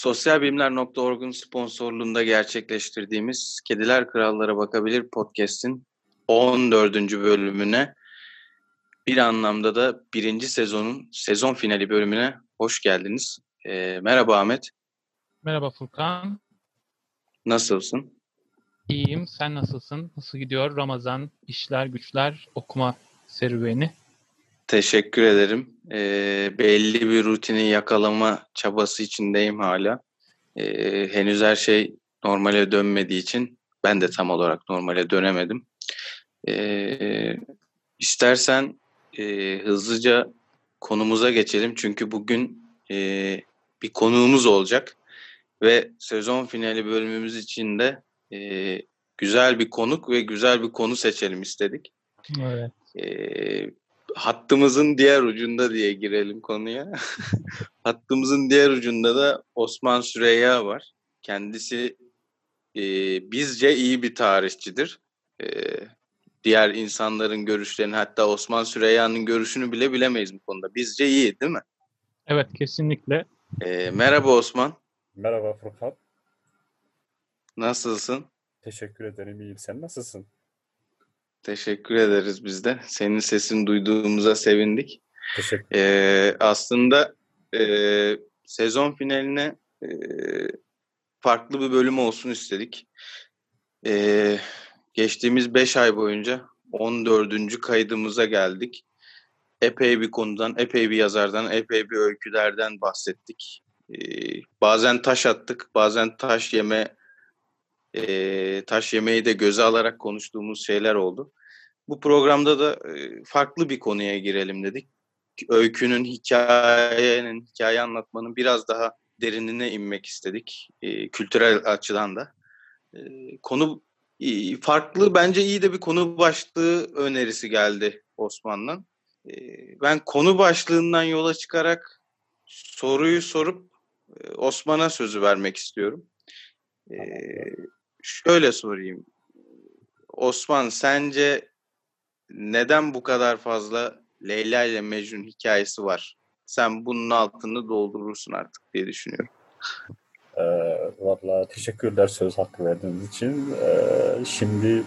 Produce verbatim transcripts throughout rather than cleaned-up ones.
sosyal bilimler nokta org'un sponsorluğunda gerçekleştirdiğimiz Kediler Krallara Bakabilir podcast'in on dördüncü bölümüne, bir anlamda da birinci sezonun sezon finali bölümüne hoş geldiniz. Ee, merhaba Ahmet. Merhaba Furkan. Nasılsın? İyiyim. Sen nasılsın? Nasıl gidiyor Ramazan, işler, güçler, okuma serüveni? Teşekkür ederim. Ee, belli bir rutini yakalama çabası içindeyim hala. Ee, henüz her şey normale dönmediği için ben de tam olarak normale dönemedim. Ee, istersen e, hızlıca konumuza geçelim. Çünkü bugün e, bir konuğumuz olacak. Ve sezon finali bölümümüz için de e, güzel bir konuk ve güzel bir konu seçelim istedik. Evet. E, hattımızın diğer ucunda diye girelim konuya. Hattımızın diğer ucunda da Osman Süreyya var. Kendisi e, bizce iyi bir tarihçidir. E, diğer insanların görüşlerini, hatta Osman Süreyya'nın görüşünü bile bilemeyiz bu konuda. Bizce iyi, değil mi? Evet, kesinlikle. E, merhaba Osman. Merhaba Furkan. Nasılsın? Teşekkür ederim, iyiyim. Sen nasılsın? Teşekkür ederiz biz de. Senin sesini duyduğumuza sevindik. Teşekkür Ee, aslında e, sezon finaline e, farklı bir bölüm olsun istedik. Ee, geçtiğimiz beş ay boyunca on dördüncü kaydımıza geldik. Epey bir konudan, epey bir yazardan, epey bir öykülerden bahsettik. Ee, bazen taş attık, bazen taş yeme e, taş yemeyi de göze alarak konuştuğumuz şeyler oldu. Bu programda da e, farklı bir konuya girelim dedik. Öykünün, hikayenin, hikaye anlatmanın biraz daha derinine inmek istedik. E, kültürel açıdan da. E, konu e, farklı, bence iyi de bir konu başlığı önerisi geldi Osman'dan. E, ben konu başlığından yola çıkarak soruyu sorup e, Osman'a sözü vermek istiyorum. E, şöyle sorayım. Osman, sence neden bu kadar fazla Leyla ile Mecnun hikayesi var? Sen bunun altını doldurursun artık diye düşünüyorum. Ee, Valla teşekkürler söz hakkı verdiğiniz için. Ee, şimdi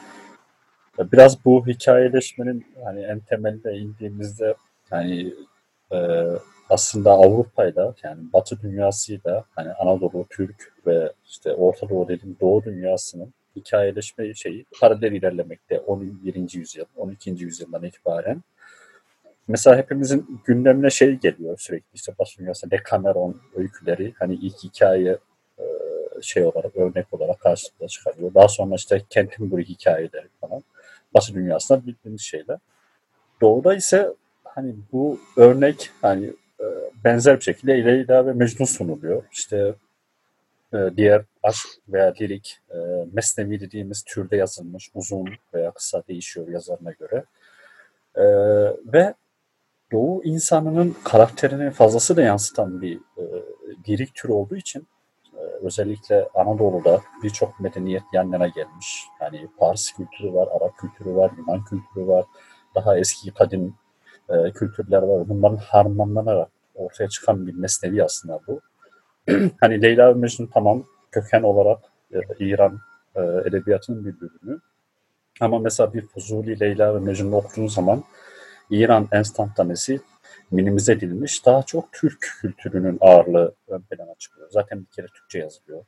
biraz bu hikayeleşmenin hani en temeline indiğimizde hani e, aslında Avrupa'yla, yani Batı dünyasıyla, hani Anadolu, Türk ve işte Orta Doğu dediğim Doğu dünyasının hikayeleşme şeyi paralel ilerlemekte on birinci yüzyıl, on ikinci yüzyıldan itibaren. Mesela hepimizin gündemine şey geliyor sürekli, işte Batı dünyasında Decameron öyküleri hani ilk hikaye e, şey olarak, örnek olarak karşımıza çıkarıyor. Daha sonra işte Canterbury hikayeleri falan Batı dünyasında bildiğimiz şeyler. Doğuda ise hani bu örnek hani e, benzer bir şekilde Leyla ve Mecnun sunuluyor. İşte e, diğer aşk veya lirik e, mesnevi dediğimiz türde yazılmış, uzun veya kısa değişiyor yazarına göre. E, ve Doğu insanının karakterini fazlası da yansıtan bir e, lirik tür olduğu için e, özellikle Anadolu'da birçok medeniyet yan yana gelmiş. Yani Pars kültürü var, Arap kültürü var, Yunan kültürü var, daha eski kadim e, kültürler var. Bunların harmanlanarak ortaya çıkan bir mesnevi aslında bu. Hani Leyla ve Mecnun tamam köken olarak e, İran e, edebiyatının bir bölümü. Ama mesela bir Fuzuli, Leyla ve Mecnun okuduğun zaman İran enstantanesi minimize edilmiş, daha çok Türk kültürünün ağırlığı ön plana çıkıyor. Zaten bir kere Türkçe yazılıyor.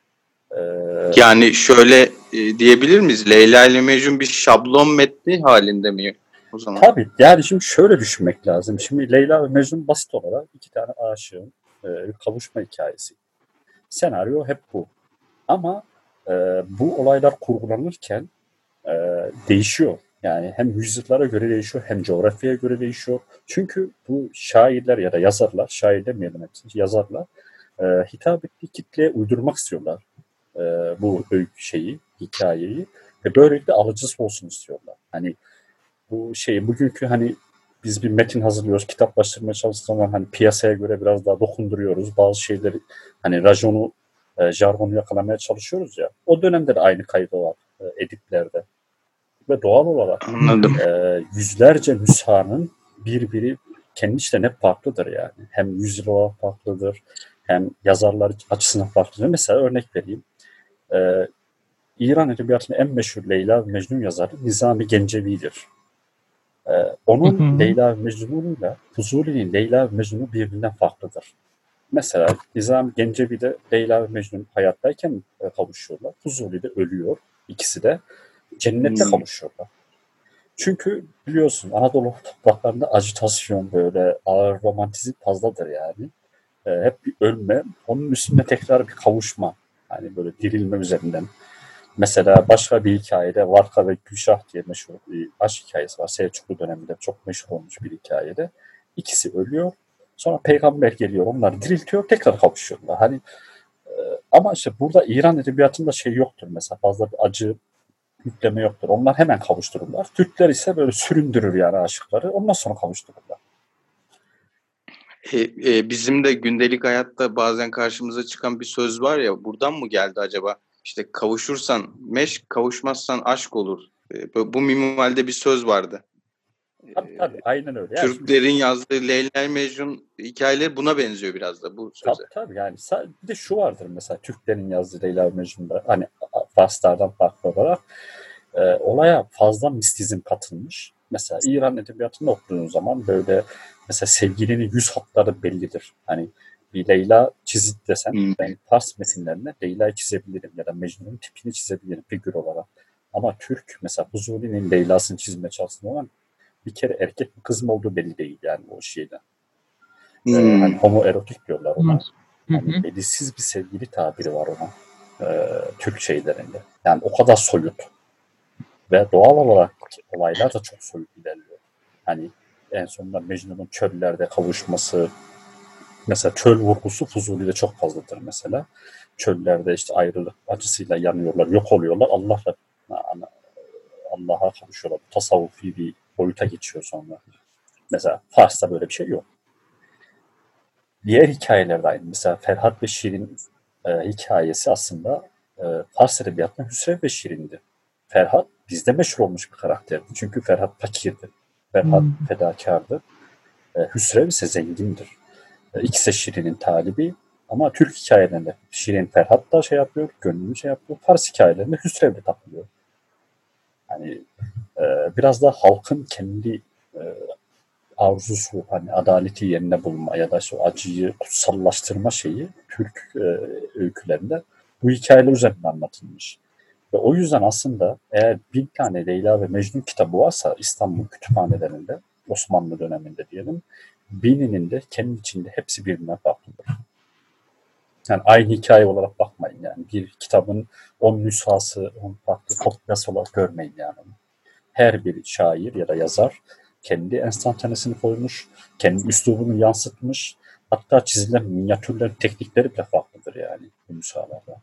Ee, yani şöyle e, diyebilir miyiz? Leyla ile Mecnun bir şablon metni halinde mi o zaman? Tabii. Yani şimdi şöyle düşünmek lazım. Şimdi Leyla ve Mecnun basit olarak iki tane aşığın e, kavuşma hikayesi. Senaryo hep bu. Ama e, bu olaylar kurgulanırken e, değişiyor. Yani hem yüzyıllara göre değişiyor, hem coğrafyaya göre değişiyor. Çünkü bu şairler ya da yazarlar, şair demeyelim hepsini, yazarlar e, hitap ettiği kitleye uydurmak istiyorlar e, bu öykü şeyi, hikayeyi ve böylelikle alıcısı olsun istiyorlar. Hani bu şey, bugünkü hani biz bir metin hazırlıyoruz, kitaplaştırmaya çalıştığımız zaman hani piyasaya göre biraz daha dokunduruyoruz. Bazı şeyleri hani rajonu, e, jargonu yakalamaya çalışıyoruz ya. O dönemde de aynı kaygı var e, editlerde. Ve doğal olarak Anladım. e, yüzlerce nüshanın birbiri kendi içlerine farklıdır yani. Hem yüzyıl olarak farklıdır, hem yazarlar açısından farklı. Mesela örnek vereyim. Ee, İran edebiyatının en meşhur Leyla ve Mecnun yazarı Nizami Gencevi'dir. Ee, onun Leyla ve Mecnun'uyla Fuzuli'nin Leyla ve Mecnun'u birbirinden farklıdır. Mesela Nizami Gencevi'de Leyla ve Mecnun hayattayken kavuşuyorlar. Fuzuli'de ölüyor. İkisi de cennette Hmm. kavuşuyorlar. Çünkü biliyorsun Anadolu topraklarında ajitasyon, böyle ağır romantizm fazladır yani. Ee, hep bir ölme, onun üstünde tekrar bir kavuşma. Hani böyle dirilme üzerinden. Mesela başka bir hikayede Varka ve Gülşah diye meşhur bir aşk hikayesi var. Selçuklu döneminde çok meşhur olmuş bir hikayede. İkisi ölüyor. Sonra peygamber geliyor, onları diriltiyor, tekrar kavuşuyorlar. Hani e, ama işte burada İran edebiyatında şey yoktur mesela, fazla bir acı yükleme yoktur. Onlar hemen kavuştururlar. Türkler ise böyle süründürür yani aşıkları. Ondan sonra kavuştururlar. E, e, bizim de gündelik hayatta bazen karşımıza çıkan bir söz var ya, buradan mı geldi acaba? İşte kavuşursan meşk, kavuşmazsan aşk olur. E, bu, bu minvalde bir söz vardı. Tabii tabii, aynen öyle. Yani şimdi, Türklerin yazdığı Leyla Mecnun hikayeleri buna benziyor biraz da bu söze. tabii tabii yani sa- bir de şu vardır mesela Türklerin yazdığı Leyla ve Mecnun'da, hani Farslardan farklı olarak e, olaya fazla mistizm katılmış. Mesela İran edebiyatını okuduğun zaman böyle mesela sevgilinin yüz hatları bellidir. Hani bir Leyla çizit desen, Hmm. ben Fars metinlerine Leyla'yı çizebilirim ya da Mecnun'un tipini çizebilirim figür olarak. Ama Türk mesela Fuzuli'nin Leyla'sını çizmeye çalıştığı zaman bir kere erkek mi kız mı olduğu belli değil yani o şeyden. Hmm. Ee, hani homoerotik diyorlar ona. Hı Hani hı. belirsiz bir sevgili tabiri var ona. Ee, Türk şeylerinde. Yani o kadar soyut. Ve doğal olarak olaylar da çok soyut ilerliyor. Hani en sonunda Mecnun'un çöllerde kavuşması, mesela çöl vurgusu Fuzuli'de çok fazladır mesela. Çöllerde işte ayrılık acısıyla yanıyorlar, yok oluyorlar. Allah'la Allah'a kavuşuyorlar. Tasavvufi bir boyuta geçiyor sonra. Mesela Fars'ta böyle bir şey yok. Diğer hikayelerde aynı. Mesela Ferhat ve Şirin e, hikayesi aslında e, Fars edebiyatında Hüsrev ve Şirin'di. Ferhat bizde meşhur olmuş bir karakterdi. Çünkü Ferhat fakirdi. Ferhat Hmm. fedakardı. E, Hüsrev ise zengindir. E, ikisi de Şirin'in talibi. Ama Türk hikayelerinde Şirin Ferhat da şey yapıyor, gönlünü şey yapıyor. Fars hikayelerinde Hüsrev de takılıyor. Yani e, biraz da halkın kendi e, arzusu, hani adaleti yerine bulma ya da işte o acıyı kutsallaştırma şeyi Türk e, öykülerinde bu hikayeler üzerinden anlatılmış. Ve o yüzden aslında eğer bin tane Leyla ve Mecnun kitabı varsa İstanbul kütüphanelerinde, Osmanlı döneminde diyelim, bininin de kendi içinde hepsi birbirinden farklıdır. Yani aynı hikaye olarak bakmayın yani. Bir kitabın on nüshası, on farklı kopyası olarak görmeyin yani. Her bir şair ya da yazar kendi enstantanesini koymuş, kendi üslubunu yansıtmış. Hatta çizilen minyatürlerin teknikleri bile farklıdır yani bu nüshalarda.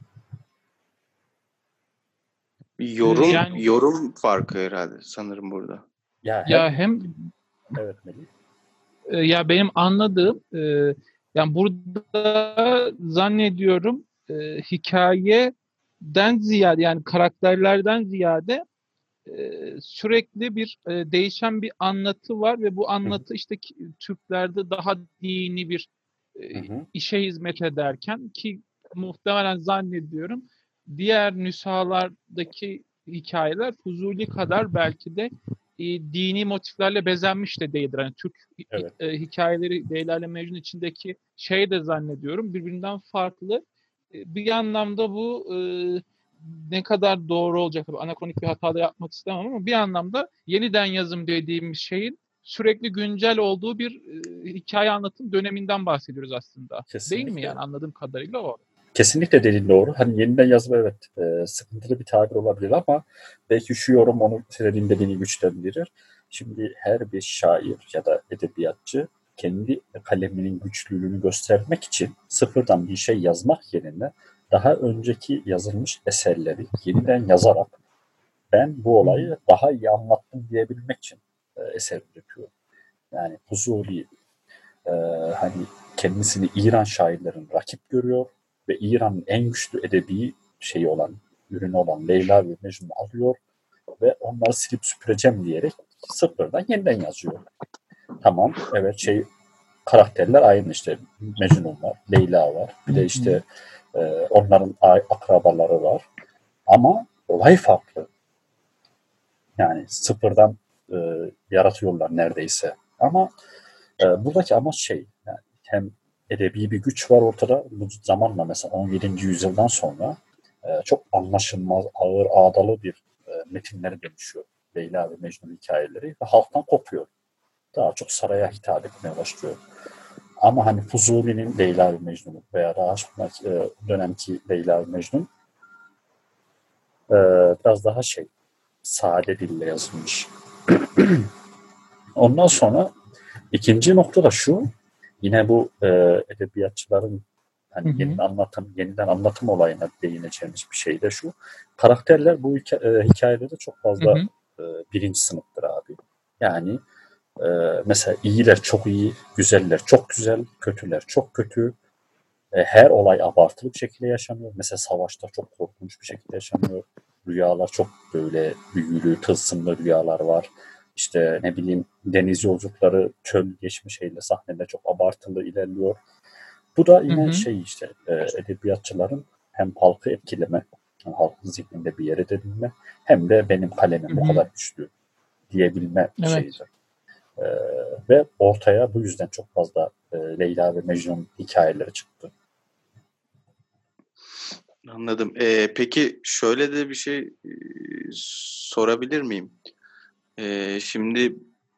Yorum Yani yorum farkı herhalde sanırım burada. Ya hem ya hem evet Melih. e, ya benim anladığım e, yani burada zannediyorum e, hikayeden ziyade yani karakterlerden ziyade e, sürekli bir e, değişen bir anlatı var ve bu Hı hı. anlatı işte ki- Türklerde daha dini bir e, Hı hı. işe hizmet ederken ki muhtemelen zannediyorum diğer nüshalardaki hikayeler Fuzuli kadar belki de e, dini motiflerle bezenmiş de değildir. Yani Türk Evet. e, hikayeleri Leyla ile Mecnun içindeki şey de zannediyorum birbirinden farklı. E, bir anlamda bu e, ne kadar doğru olacak tabii anakronik bir hata da yapmak istemem ama bir anlamda yeniden yazım dediğimiz şeyin sürekli güncel olduğu bir e, hikaye anlatım döneminden bahsediyoruz aslında. Değil mi Kesinlikle. yani anladığım kadarıyla o. Kesinlikle dediğin doğru. Hani yeniden yazma evet e, sıkıntılı bir tabir olabilir ama belki şu yorum onu senin dediğini güçlendirir. Şimdi her bir şair ya da edebiyatçı kendi kaleminin güçlülüğünü göstermek için sıfırdan bir şey yazmak yerine daha önceki yazılmış eserleri yeniden yazarak ben bu olayı daha iyi anlattım diyebilmek için e, eser üretiyor. Yani Fuzuli e, hani kendisini İran şairlerin rakip görüyor ve İran'ın en güçlü edebi şeyi olan, ürünü olan Leyla ve Mecnun'u alıyor ve onları silip süpüreceğim diyerek sıfırdan yeniden yazıyor. Tamam, evet şey karakterler aynı işte. Mecnun var, Leyla var. Bir de işte e, onların akrabaları var. Ama olay farklı. Yani sıfırdan e, yaratıyorlar neredeyse. Ama e, buradaki amaç şey, yani hem edebi bir güç var ortada. Bu zamanla mesela on yedinci yüzyıldan sonra e, çok anlaşılmaz, ağır, ağdalı bir e, metinlere dönüşüyor. Leyla ve Mecnun hikayeleri ve halktan kopuyor. Daha çok saraya hitap etmeye başlıyor. Ama hani Fuzuli'nin Leyla ve Mecnun'u veya daha sonraki e, dönemki Leyla ve Mecnun e, biraz daha şey, sade dille yazılmış. Ondan sonra ikinci nokta da şu, yine bu e, edebiyatçıların hani Hı hı. yeniden anlatım, yeniden anlatım olayına değineceğimiz bir şey de şu. Karakterler bu hikaye, e, hikayelerde çok fazla Hı hı. e, birinci sınıftır abi. Yani e, mesela iyiler çok iyi, güzeller çok güzel, kötüler çok kötü. E, her olay abartılı bir şekilde yaşanıyor. Mesela savaşta çok korkunç bir şekilde yaşanıyor. Rüyalar çok böyle büyülü, tılsımlı rüyalar var. İşte ne bileyim deniz yolculukları, çöl geçmişiyle sahneler çok abartılı ilerliyor. Bu da Hı yine hı. şey işte e, edebiyatçıların hem halkı etkileme, yani halkın zihninde bir yer edinme, hem de benim kalemim Hı bu hı. kadar güçlü diyebilme Evet. şeyidir. E, ve ortaya bu yüzden çok fazla e, Leyla ve Mecnun hikayeleri çıktı. Anladım. Ee, peki şöyle de bir şey e, sorabilir miyim? Ee, şimdi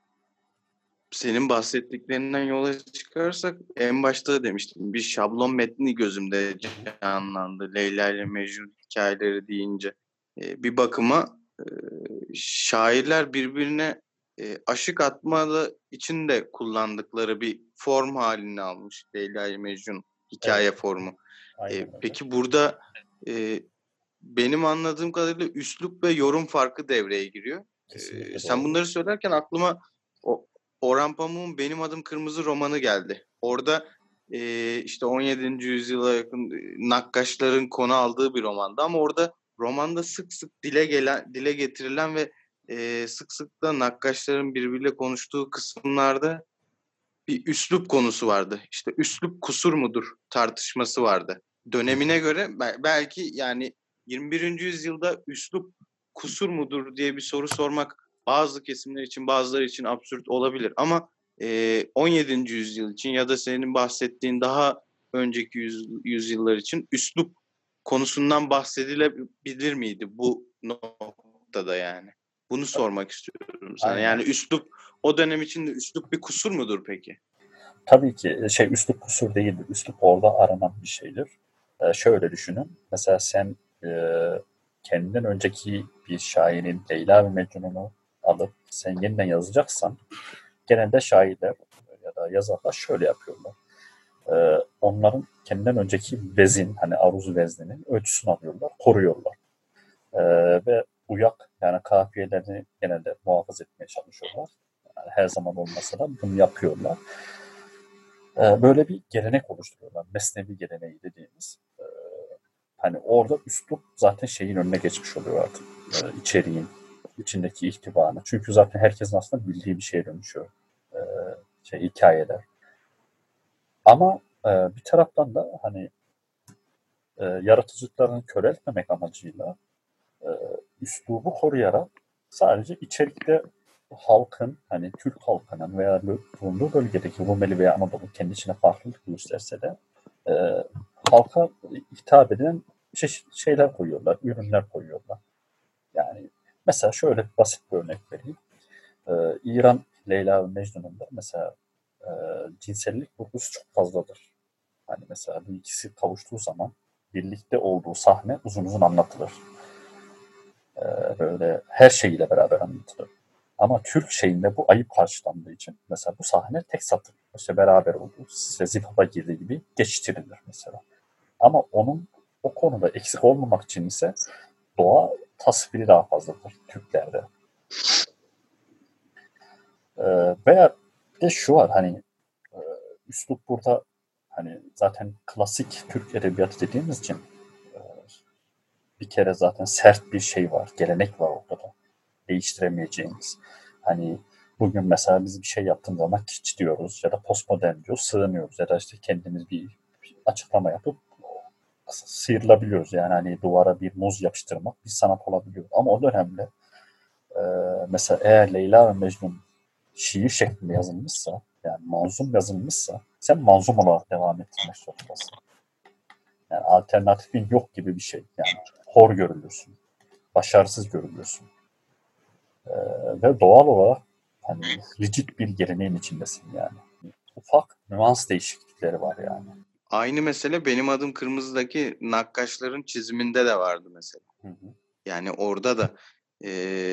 senin bahsettiklerinden yola çıkarsak en başta da demiştim. Bir şablon metni gözümde canlandı. Leyla ile Mecnun hikayeleri deyince. Ee, bir bakıma e, şairler birbirine e, aşık atmalı için de kullandıkları bir form halini almış Leyla ile Mecnun hikaye Evet. formu. Aynen E, öyle. peki burada e, benim anladığım kadarıyla üslup ve yorum farkı devreye giriyor. Ee, Kesinlikle sen doğru. bunları söylerken aklıma o Orhan Pamuk'un Benim Adım Kırmızı romanı geldi. Orada e, işte on yedinci yüzyıla yakın e, nakkaşların konu aldığı bir romandı ama orada romanda sık sık dile gelen, dile getirilen ve e, sık sık da nakkaşların birbiriyle konuştuğu kısımlarda bir üslup konusu vardı. İşte üslup kusur mudur tartışması vardı. Dönemine göre belki yani yirmi birinci yüzyılda üslup kusur mudur diye bir soru sormak bazı kesimler için bazıları için absürt olabilir. Ama e, on yedinci yüzyıl için ya da senin bahsettiğin daha önceki yüz, yüzyıllar için üslup konusundan bahsedilebilir miydi bu noktada yani? Bunu sormak istiyorum sana. Aynen. Yani üslup o dönem içinde üslup bir kusur mudur peki? Tabii ki şey üslup kusur değildir. Üslup orada aranan bir şeydir. Ee, şöyle düşünün. Mesela sen e, kendinden önceki bir şairin Leyla ve Mecnun'unu alıp sen yeniden yazacaksan genelde şairler ya da yazarlar şöyle yapıyorlar. Ee, onların kendinden önceki vezin, hani aruz vezninin ölçüsünü alıyorlar, koruyorlar. Ee, ve uyak yani kafiyelerini genelde muhafaza etmeye çalışıyorlar. Yani her zaman olmasa da bunu yapıyorlar. Ee, böyle bir gelenek oluşturuyorlar. Mesnevi geleneği dediğimiz. Ee, hani orada üslup zaten şeyin önüne geçmiş oluyor artık. Ee, içeriğin, içindeki ihtivanı. Çünkü zaten herkesin aslında bildiği bir şeye dönüşüyor. Ee, şey, hikayeler. Ama e, bir taraftan da hani e, yaratıcılıklarını köreltmemek amacıyla e, üslubu koruyarak sadece içerikte halkın, hani Türk halkının veya bulunduğu bölgedeki Rumeli veya Anadolu kendi içine farklılık gösterse de e, halka hitap eden çeşitli şeyler koyuyorlar, ürünler koyuyorlar. Yani mesela şöyle basit bir örnek vereyim. E, İran Leyla ve Mecnun'unda mesela e, cinsellik vurgusu çok fazladır. Hani mesela bu ikisi kavuştuğu zaman birlikte olduğu sahne uzun uzun anlatılır. Ee, böyle her şeyiyle beraber anlatılır. Ama Türk şeyinde bu ayıp karşılandığı için mesela bu sahne tek satır. İşte beraber olduğu, size zifaba girdiği gibi geçiştirilir mesela. Ama onun o konuda eksik olmamak için ise doğa tasviri daha fazladır Türklerde. Ee, veya de şu var hani e, üslup burada hani zaten klasik Türk edebiyatı dediğimiz için e, bir kere zaten sert bir şey var, gelenek var ortada. Değiştiremeyeceğimiz. Hani bugün mesela biz bir şey yaptığımız zaman kitsch diyoruz ya da postmodern diyoruz, sığınıyoruz ya da işte kendimiz bir, bir açıklama yapıp sıyrılabiliyoruz. Yani hani duvara bir muz yapıştırmak bir sanat olabiliyor. Ama o dönemde e, mesela eğer Leyla ve Mecnun şiir şeklinde yazılmışsa, yani manzum yazılmışsa sen manzum olarak devam ettirmek zorundasın. Yani alternatifin yok gibi bir şey. Yani hor görülürsün. Başarısız görülürsün. Ee, ve doğal olarak hani rigid bir geleneğin içindesin yani. Ufak nüans değişiklikleri var yani. Aynı mesele Benim Adım Kırmızı'daki nakkaşların çiziminde de vardı mesela. Hı hı. Yani orada da e,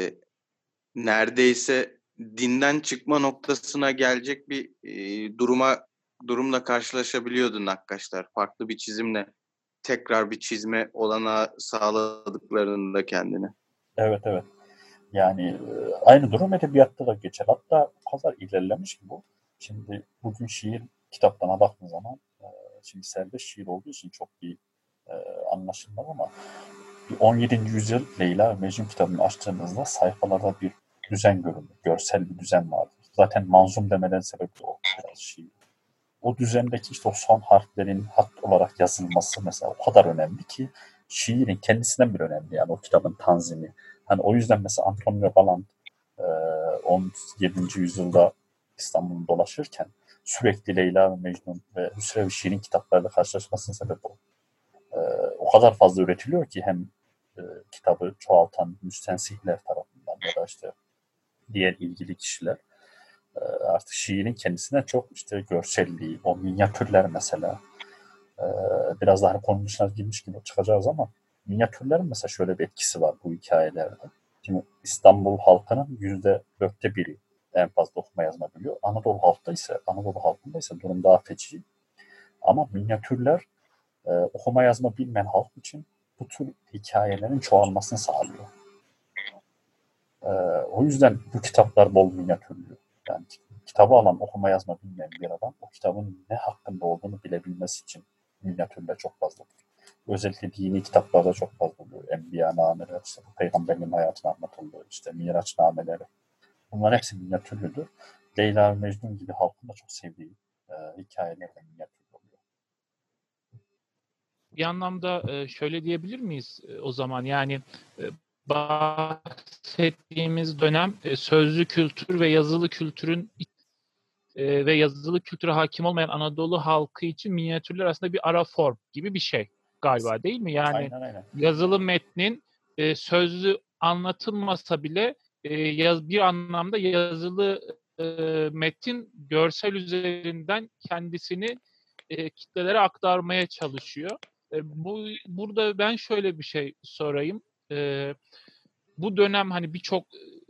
neredeyse dinden çıkma noktasına gelecek bir e, duruma durumla karşılaşabiliyordu nakkaşlar. Farklı bir çizimle tekrar bir çizme olanağı sağladıklarında kendine. Evet evet. Yani e, aynı durum edebiyatta da geçer. Hatta o kadar ilerlemiş ki bu. Şimdi bugün şiir kitaplarına baktığın zaman e, şimdi serbest şiir olduğu için çok iyi e, anlaşılmaz ama on yedinci yüzyıl Leyla ve Mecnun kitabını açtığınızda sayfalarda bir düzen görünür. Görsel bir düzen vardır. Zaten manzum demeden sebebi o biraz şiir. O düzendeki işte o son harflerin hat olarak yazılması mesela o kadar önemli ki şiirin kendisinden bile önemli yani o kitabın tanzimi. Hani o yüzden mesela Antonio Galant on yedinci yüzyılda İstanbul'u dolaşırken sürekli Leyla ve Mecnun ve Hüsrev-i Şirin kitaplarıyla karşılaşmasının sebebi o. O kadar fazla üretiliyor ki hem e, kitabı çoğaltan müstensihler tarafından ya da işte diğer ilgili kişiler e, artık şiirin kendisine çok işte görselliği, o minyatürler mesela e, biraz daha hani konunun dışına girmiş gibi çıkacağız ama minyatürlerin mesela şöyle bir etkisi var bu hikayelerde. Şimdi İstanbul halkının yüzde dörtte biri en fazla okuma yazma biliyor. Anadolu halkta ise Anadolu halkında ise durum daha feci. Ama minyatürler e, okuma yazma bilmeyen halk için bu tür hikayelerin çoğalmasını sağlıyor. E, o yüzden bu kitaplar bol minyatürlü. Yani kitabı alan okuma yazma bilmeyen bir adam o kitabın ne hakkında olduğunu bilebilmesi için minyatürler çok fazla. Özellikle dini kitaplarda çok fazla oluyor. Enbiya-nameler, işte bu peygamberin hayatını anlatıldığı, işte Miraç-nameleri. Bunların hepsi minyatürlüdür. Leyla ve Mecnun gibi halkın da çok sevdiği e, hikayeler de minyatürlü oluyor. Bir anlamda e, şöyle diyebilir miyiz e, o zaman? Yani e, bahsettiğimiz dönem e, sözlü kültür ve yazılı kültürün e, ve yazılı kültüre hakim olmayan Anadolu halkı için minyatürler aslında bir ara form gibi bir şey galiba, değil mi? Yani Aynen aynen. yazılı metnin e, sözlü anlatılmasa bile e, yaz, bir anlamda yazılı e, metin görsel üzerinden kendisini e, kitlelere aktarmaya çalışıyor. E, bu burada ben şöyle bir şey sorayım. E, bu dönem hani birçok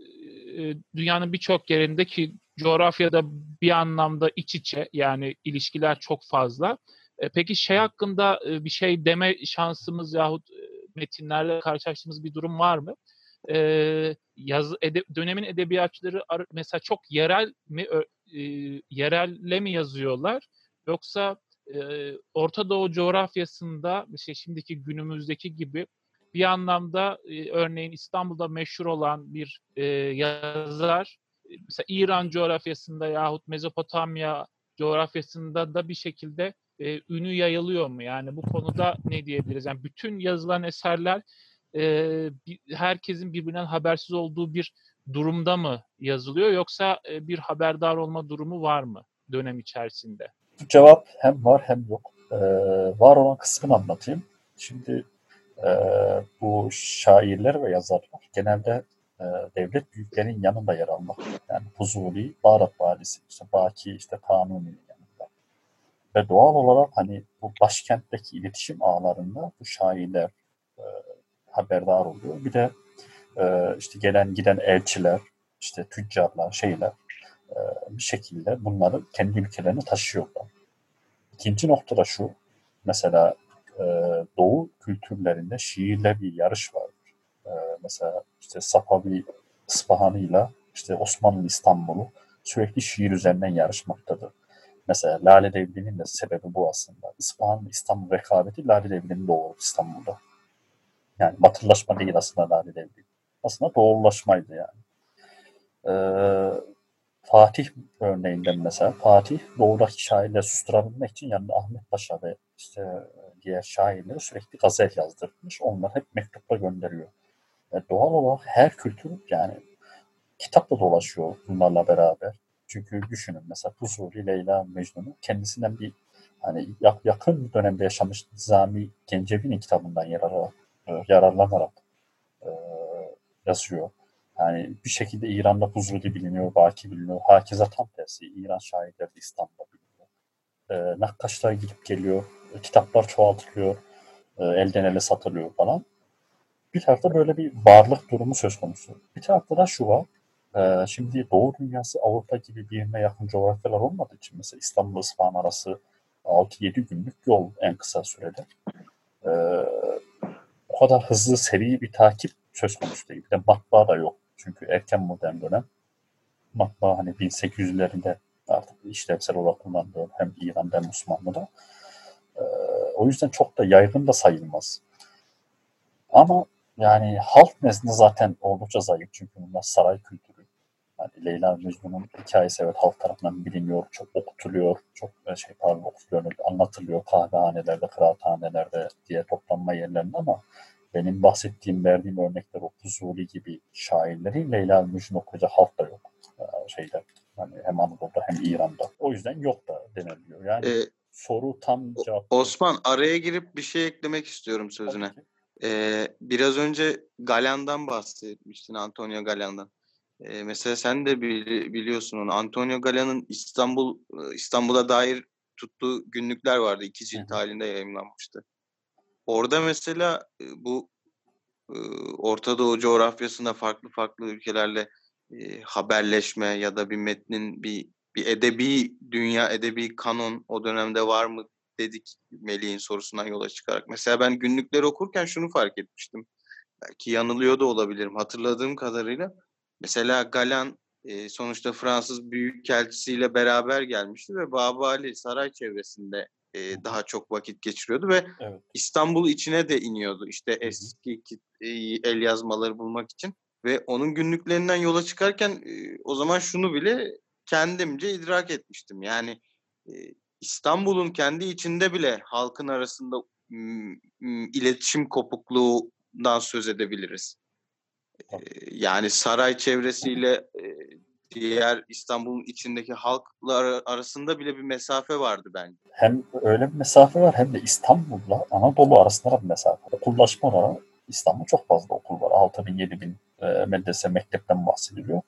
e, dünyanın birçok yerinde ki coğrafyada bir anlamda iç içe, yani ilişkiler çok fazla. E, peki şey hakkında e, bir şey deme şansımız yahut e, metinlerle karşılaştığımız bir durum var mı? E, yaz, ede, dönemin edebiyatçıları ar- mesela çok yerel mi e, yerelle mi yazıyorlar, yoksa e, Orta Doğu coğrafyasında işte şimdiki günümüzdeki gibi bir anlamda e, örneğin İstanbul'da meşhur olan bir e, yazar e, mesela İran coğrafyasında yahut Mezopotamya coğrafyasında da bir şekilde e, ünü yayılıyor mu? Yani bu konuda ne diyebiliriz? Yani bütün yazılan eserler e, bir, herkesin birbirinden habersiz olduğu bir durumda mı yazılıyor, yoksa e, bir haberdar olma durumu var mı dönem içerisinde? Bu cevap hem var hem yok. Ee, var olan kısmını anlatayım. Şimdi e, bu şairler ve yazarlar genelde e, devlet büyüklerinin yanında yer almak. Yani Fuzuli, Bağdat valisi, işte Baki, işte Kanuni'nin yanında. Ve doğal olarak hani bu başkentteki iletişim ağlarında bu şairler e, haberdar oluyor. Bir de e, işte gelen giden elçiler, işte tüccarlar, şeyler e, bir şekilde bunları kendi ülkelerine taşıyorlar. İkinci noktada şu, mesela e, Doğu kültürlerinde şiirle bir yarış var. E, mesela işte Safavi İspahan'ıyla işte Osmanlı İstanbul'u sürekli şiir üzerinden yarışmaktadır. Mesela Lale Devri'nin de sebebi bu aslında. İspahan İstanbul rekabeti Lale Devri'nin doğru İstanbul'da. Yani batılılaşma değil aslında Lale Devri. Aslında doğrulaşmaydı yani. Ee, Fatih örneğinden mesela Fatih doğudaki şairleri susturabilmek için yanında Ahmet Paşa ve işte diğer şairleri sürekli gazel yazdırmış. Onlar hep mektupla gönderiyor. Ve doğal olarak her kültür yani kitapla dolaşıyor bunlarla beraber. Çünkü düşünün mesela Fuzuli, Leyla, Mecnun'u kendisinden bir hani yakın bir dönemde yaşamış Nizami Gencevi'nin kitabından yarararak, yararlanarak e, yazıyor. Yani bir şekilde İran'da Fuzuli biliniyor, Baki biliniyor. Hakeza tam tersi. İran şairleri de İstanbul'da biliniyor. E, nakkaşlar gidip geliyor. E, kitaplar çoğaltılıyor. E, elden ele satılıyor falan. Bir tarafta böyle bir varlık durumu söz konusu. Bir tarafta da şu var. E, şimdi Doğu dünyası Avrupa gibi birbirine yakın coğrafyalar olmadığı için mesela İstanbul İsfahan arası altı yedi günlük yol en kısa sürede. E, o kadar hızlı seri bir takip söz konusu değil. Bir de matbaa da yok. Çünkü erken modern dönem. Matbaa hani bin sekiz yüzlerinde artık işlevsel olarak kullanılıyor. Hem İran'da hem Osmanlı'da. Ee, o yüzden çok da yaygın da sayılmaz. Ama yani halk nezdinde zaten oldukça zayıf. Çünkü bunlar saray kültürü. Yani Leyla Mecnun'un hikayesi evet halk tarafından biliniyor, çok okutuluyor, çok şey pardon okutuluyor, anlatılıyor kahvehanelerde, kıraathanelerde, diye toplanma yerlerinde ama benim bahsettiğim, verdiğim örnekler o Fuzuli gibi şairleri Leyla Mecnun okuyacak halk da yok. Şeyde hani hem Anadolu'da hem İran'da. O yüzden yok da deniliyor. Yani Ee, soru tam cevap. Osman araya girip bir şey eklemek istiyorum sözüne. Ee, biraz önce Galen'dan bahsetmiştin, Antonio Galen'dan. Ee, mesela sen de bili- biliyorsun onu. Antonio Galen'ın İstanbul İstanbul'a dair tuttuğu günlükler vardı. İki cilt halinde yayımlanmıştı. Orada mesela e, bu e, Orta Doğu coğrafyasında farklı farklı ülkelerle e, haberleşme ya da bir metnin bir bir edebi dünya, edebi kanon o dönemde var mı dedik Melih'in sorusundan yola çıkarak. Mesela ben günlükleri okurken şunu fark etmiştim. Belki yanılıyor da olabilirim. Hatırladığım kadarıyla mesela Galen e, sonuçta Fransız Büyükelçisiyle beraber gelmişti ve Babali saray çevresinde e, daha çok vakit geçiriyordu ve Evet. İstanbul içine de iniyordu. İşte eski e, el yazmaları bulmak için ve onun günlüklerinden yola çıkarken e, o zaman şunu bile kendimce idrak etmiştim. Yani e, İstanbul'un kendi içinde bile halkın arasında m, m, iletişim kopukluğundan söz edebiliriz. E, yani saray çevresiyle e, diğer İstanbul'un içindeki halklar arasında bile bir mesafe vardı bence. Hem öyle bir mesafe var hem de İstanbul'la Anadolu arasında bir mesafe. Okullaşma olarak İstanbul çok fazla okul var. altı bin yedi bin e, medrese, mektepten bahsediliyor.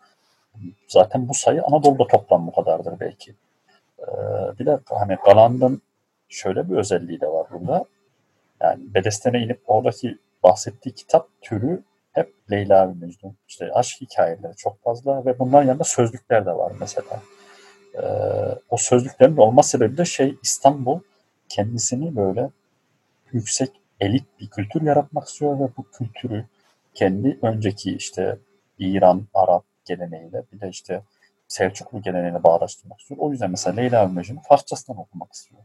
Zaten bu sayı Anadolu'da toplam bu kadardır belki. E, bir de hani Galan'ın şöyle bir özelliği de var burada. Yani Bedesten'e inip oradaki bahsettiği kitap türü hep Leyla ve Mecnun. İşte aşk hikayeleri çok fazla ve bunların yanında sözlükler de var mesela. Ee, o sözlüklerin olma sebebi de şey İstanbul kendisini böyle yüksek elit bir kültür yaratmak istiyor ve bu kültürü kendi önceki işte İran, Arap geleneğiyle bir de işte Selçuklu geleneğiyle bağdaştırmak istiyor. O yüzden mesela Leyla ve Mecnun'u Farsçasından okumak istiyor.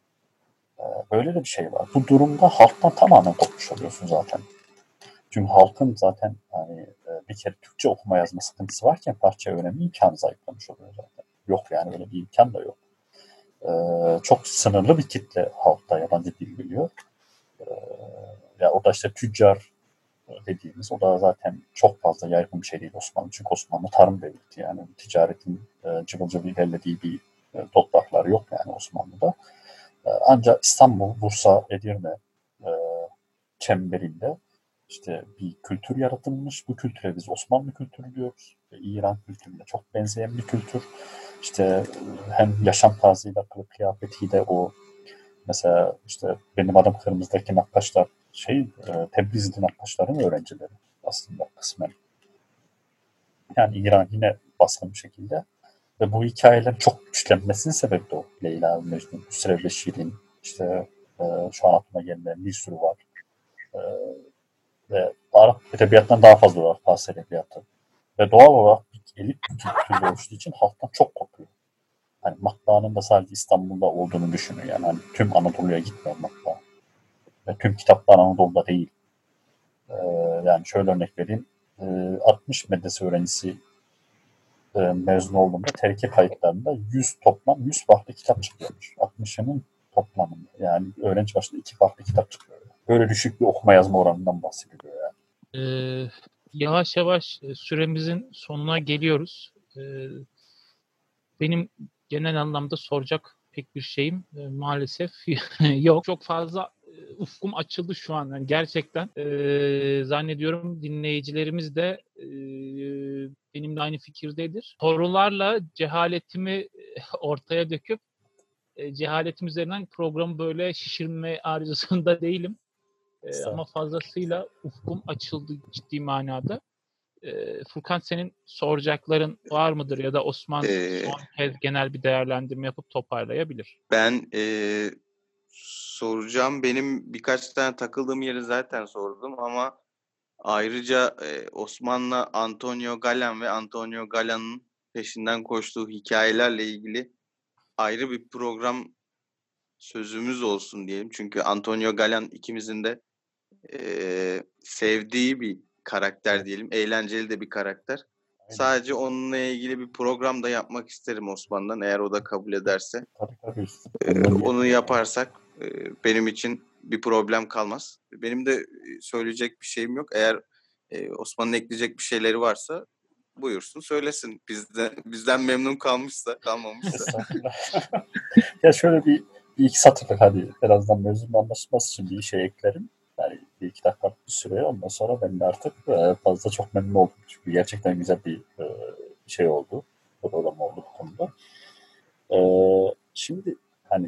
Ee, böyle de bir şey var. Bu durumda halktan tamamen kopmuş oluyorsun zaten. Çünkü halkın zaten hani bir kere Türkçe okuma yazma sıkıntısı varken parça öğrenme imkanı zayıflamış oluyor zaten. Yok yani öyle bir imkan da yok. Ee, çok sınırlı bir kitle halkta yabancı dil biliyor. Ee, ya o da işte tüccar dediğimiz o da zaten çok fazla yaygın bir şey değil Osmanlı. Çünkü Osmanlı tarım devleti yani ticaretin e, cıvıl cıvıl ilerlediği bir e, topraklar yok yani Osmanlı'da. E, ancak İstanbul, Bursa, Edirne e, çemberinde işte bir kültür yaratılmış. Bu kültüre biz Osmanlı kültürü diyoruz. Ve İran kültürüne çok benzeyen bir kültür. İşte hem yaşam tarzıyla, kılık kıyafetiyle o mesela işte benim adım Kırmızı'daki nakkaşlar şey e, Tebrizli nakkaşların öğrencileri aslında kısmen. Yani İran yine baskın bir şekilde ve bu hikayelerin çok güçlenmesinin sebebi de o. Leyla ve Mecnun, Hüsrev ve Şirin, işte e, şu an aklıma gelen bir sürü var. E, ve Arap edebiyatından daha fazla olarak Fars edebiyatı. Ve doğal olarak bir elit bir kültürü oluştuğu için halktan çok kopuyor. Hani matbaanın da sadece İstanbul'da olduğunu düşünün yani. Hani tüm Anadolu'ya gitmeyen matbaa. Ve tüm kitaplar Anadolu'da değil. Ee, yani şöyle örnek vereyim. Ee, altmış medrese öğrencisi e, mezun olduğumda terike kayıtlarında yüz toplam yüz farklı kitap çıkıyormuş. altmışının toplamında. Yani öğrenci başına iki farklı kitap çıkıyor. Böyle düşük bir okuma yazma oranından bahsediliyor yani. Ee, yavaş yavaş süremizin sonuna geliyoruz. Ee, benim genel anlamda soracak pek bir şeyim e, maalesef yok. Çok fazla e, ufkum açıldı şu an. Yani gerçekten e, zannediyorum dinleyicilerimiz de e, benimle aynı fikirdedir. Sorularla cehaletimi ortaya döküp e, cehaletim üzerinden programı böyle şişirme arzusunda değilim. E, ama fazlasıyla ufkum açıldı ciddi manada. E, Furkan senin soracakların var mıdır ya da Osman Ee, son kez genel bir değerlendirme yapıp toparlayabilir. Ben e, soracağım. Benim birkaç tane takıldığım yeri zaten sordum ama ayrıca e, Osman'la Antonio Galan ve Antonio Galan'ın peşinden koştuğu hikayelerle ilgili ayrı bir program sözümüz olsun diyelim. Çünkü Antonio Galan ikimizin de e, sevdiği bir karakter diyelim. Eğlenceli de bir karakter. Aynen. Sadece onunla ilgili bir program da yapmak isterim Osman'dan eğer o da kabul ederse. Tabii tabii. Ee, onu yaparsak e, benim için bir problem kalmaz. Benim de söyleyecek bir şeyim yok. Eğer e, Osman'ın ekleyecek bir şeyleri varsa buyursun söylesin. Bizde, bizden memnun kalmışsa, kalmamışsa. Ya şöyle bir, bir iki satırlık hadi birazdan mevzunun anlaşılması için bir şey eklerim. Yani bir iki dakikalık bir süre ondan sonra ben de artık e, fazla çok memnun oldum. Çünkü gerçekten güzel bir e, şey oldu. Program oldu bu konuda. E, şimdi hani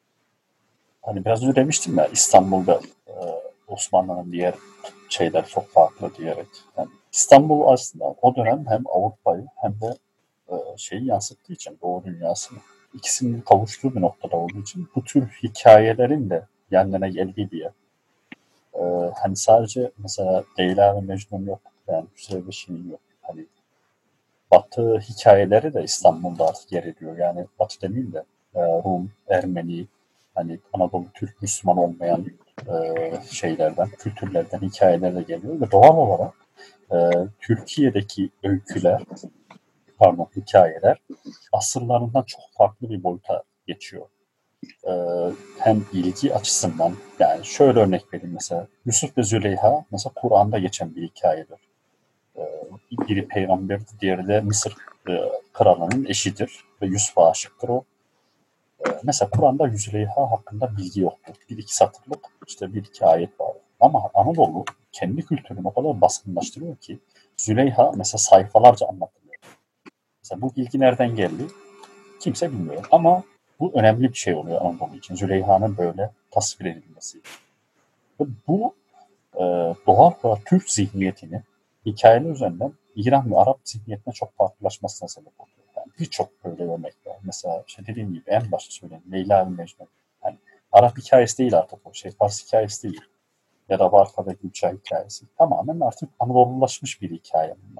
hani biraz önce demiştim ya İstanbul'da e, Osmanlı'nın diğer şeyler çok farklı diyerek. Yani İstanbul aslında o dönem hem Avrupa'yı hem de e, şeyi yansıttığı için Doğu dünyasını ikisinin kavuştuğu bir noktada olduğu için bu tür hikayelerin de yanına geldiği bir yer. E, hani sadece mesela Leyla ve Mecnun yok. Yani Hüsrev ve Şirin yok. Hani Batı hikayeleri de İstanbul'da artık yer ediyor. Yani Batı demeyeyim de e, Rum, Ermeni, hani Anadolu Türk Müslüman olmayan e, şeylerden, kültürlerden hikayeler de geliyor ve doğal olarak e, Türkiye'deki öyküler, pardon hikayeler asırlarından çok farklı bir boyuta geçiyor. E, hem ilgi açısından yani şöyle örnek vereyim mesela Yusuf ve Züleyha mesela Kur'an'da geçen bir hikayedir. E, biri peygamberdir, diğeri de Mısır e, kralının eşidir ve Yusuf'a aşıktır o. Mesela Kur'an'da Züleyha hakkında bilgi yoktur. Bir iki satırlık işte bir iki ayet var. Ama Anadolu kendi kültürünü o kadar baskınlaştırıyor ki Züleyha mesela sayfalarca anlatılıyor. Mesela bu bilgi nereden geldi? Kimse bilmiyor. Ama bu önemli bir şey oluyor Anadolu için. Züleyha'nın böyle tasvir edilmesi. Ve bu e, doğal olarak Türk zihniyetini hikayeler üzerinden İran ve Arap zihniyetine çok farklılaşmasına sebep oluyor. Yani birçok böyle örnek var. Mesela işte dediğim gibi en başta söyleyeyim Leyla ve Mecnun. Yani Arap hikayesi değil artık o şey. Fars hikayesi değil. Ya da Barka ve Gülçay hikayesi. Tamamen artık Anadolulaşmış bir hikaye bunlar.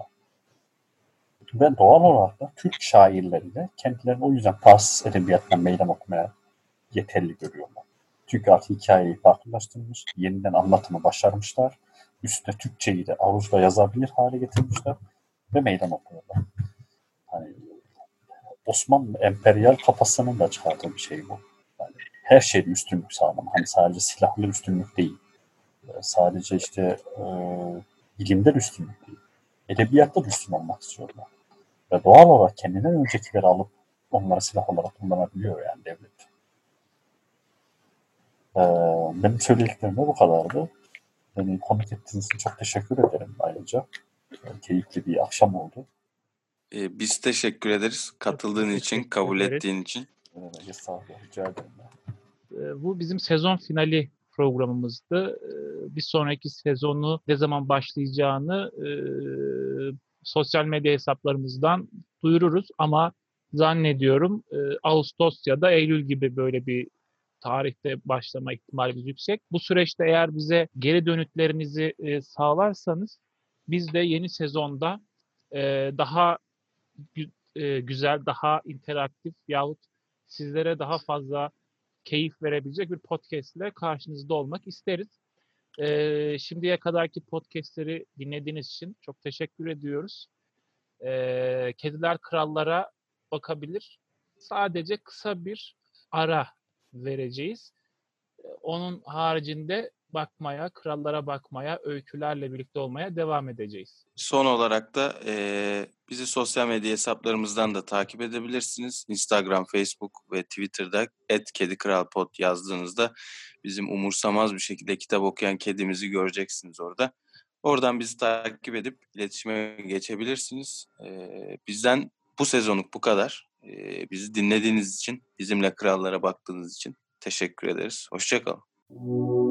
Ve doğal olarak da Türk şairleri de kendilerini o yüzden Fars edebiyatına meydan okumaya yeterli görüyorlar. Çünkü artık hikayeyi farklılaştırmış, yeniden anlatımı başarmışlar. Üstüne Türkçeyi de aruzla yazabilir hale getirmişler ve meydan okuyorlar. Hani Osmanlı emperyal kafasının da çıkardığı bir şey bu. Yani her şeyde üstünlük sağlama. Hani sadece silahlı üstünlük değil. Sadece işte e, bilimde üstünlük değil. Edebiyatta da üstün olmak istiyorlar. Ve doğal olarak kendinden öncekileri alıp onları silah olarak kullanabiliyor yani devlet. Ee, benim söylediklerim de bu kadardı. Beni konuk ettiğiniz için çok teşekkür ederim ayrıca. Yani keyifli bir akşam oldu. Ee, biz teşekkür ederiz katıldığın Çok için, teşekkür kabul ederiz. ettiğin için. Ee, estağfurullah, rica ederim. Ee, Bu bizim sezon finali programımızdı. Ee, Bir sonraki sezonu ne zaman başlayacağını e, sosyal medya hesaplarımızdan duyururuz ama zannediyorum e, Ağustos ya da Eylül gibi böyle bir tarihte başlama ihtimalimiz yüksek. Bu süreçte eğer bize geri dönütlerinizi e, sağlarsanız biz de yeni sezonda e, daha gü- e, güzel, daha interaktif yahut sizlere daha fazla keyif verebilecek bir podcast ile karşınızda olmak isteriz. Ee, şimdiye kadarki podcastleri dinlediğiniz için çok teşekkür ediyoruz. e, Kediler Krallara bakabilir. Sadece kısa bir ara vereceğiz. Onun haricinde bakmaya, krallara bakmaya, öykülerle birlikte olmaya devam edeceğiz. Son olarak da e, bizi sosyal medya hesaplarımızdan da takip edebilirsiniz. Instagram, Facebook ve Twitter'da et kedikralpod yazdığınızda bizim umursamaz bir şekilde kitap okuyan kedimizi göreceksiniz orada. Oradan bizi takip edip iletişime geçebilirsiniz. E, bizden bu sezonluk bu kadar. E, bizi dinlediğiniz için, bizimle krallara baktığınız için teşekkür ederiz. Hoşça kalın.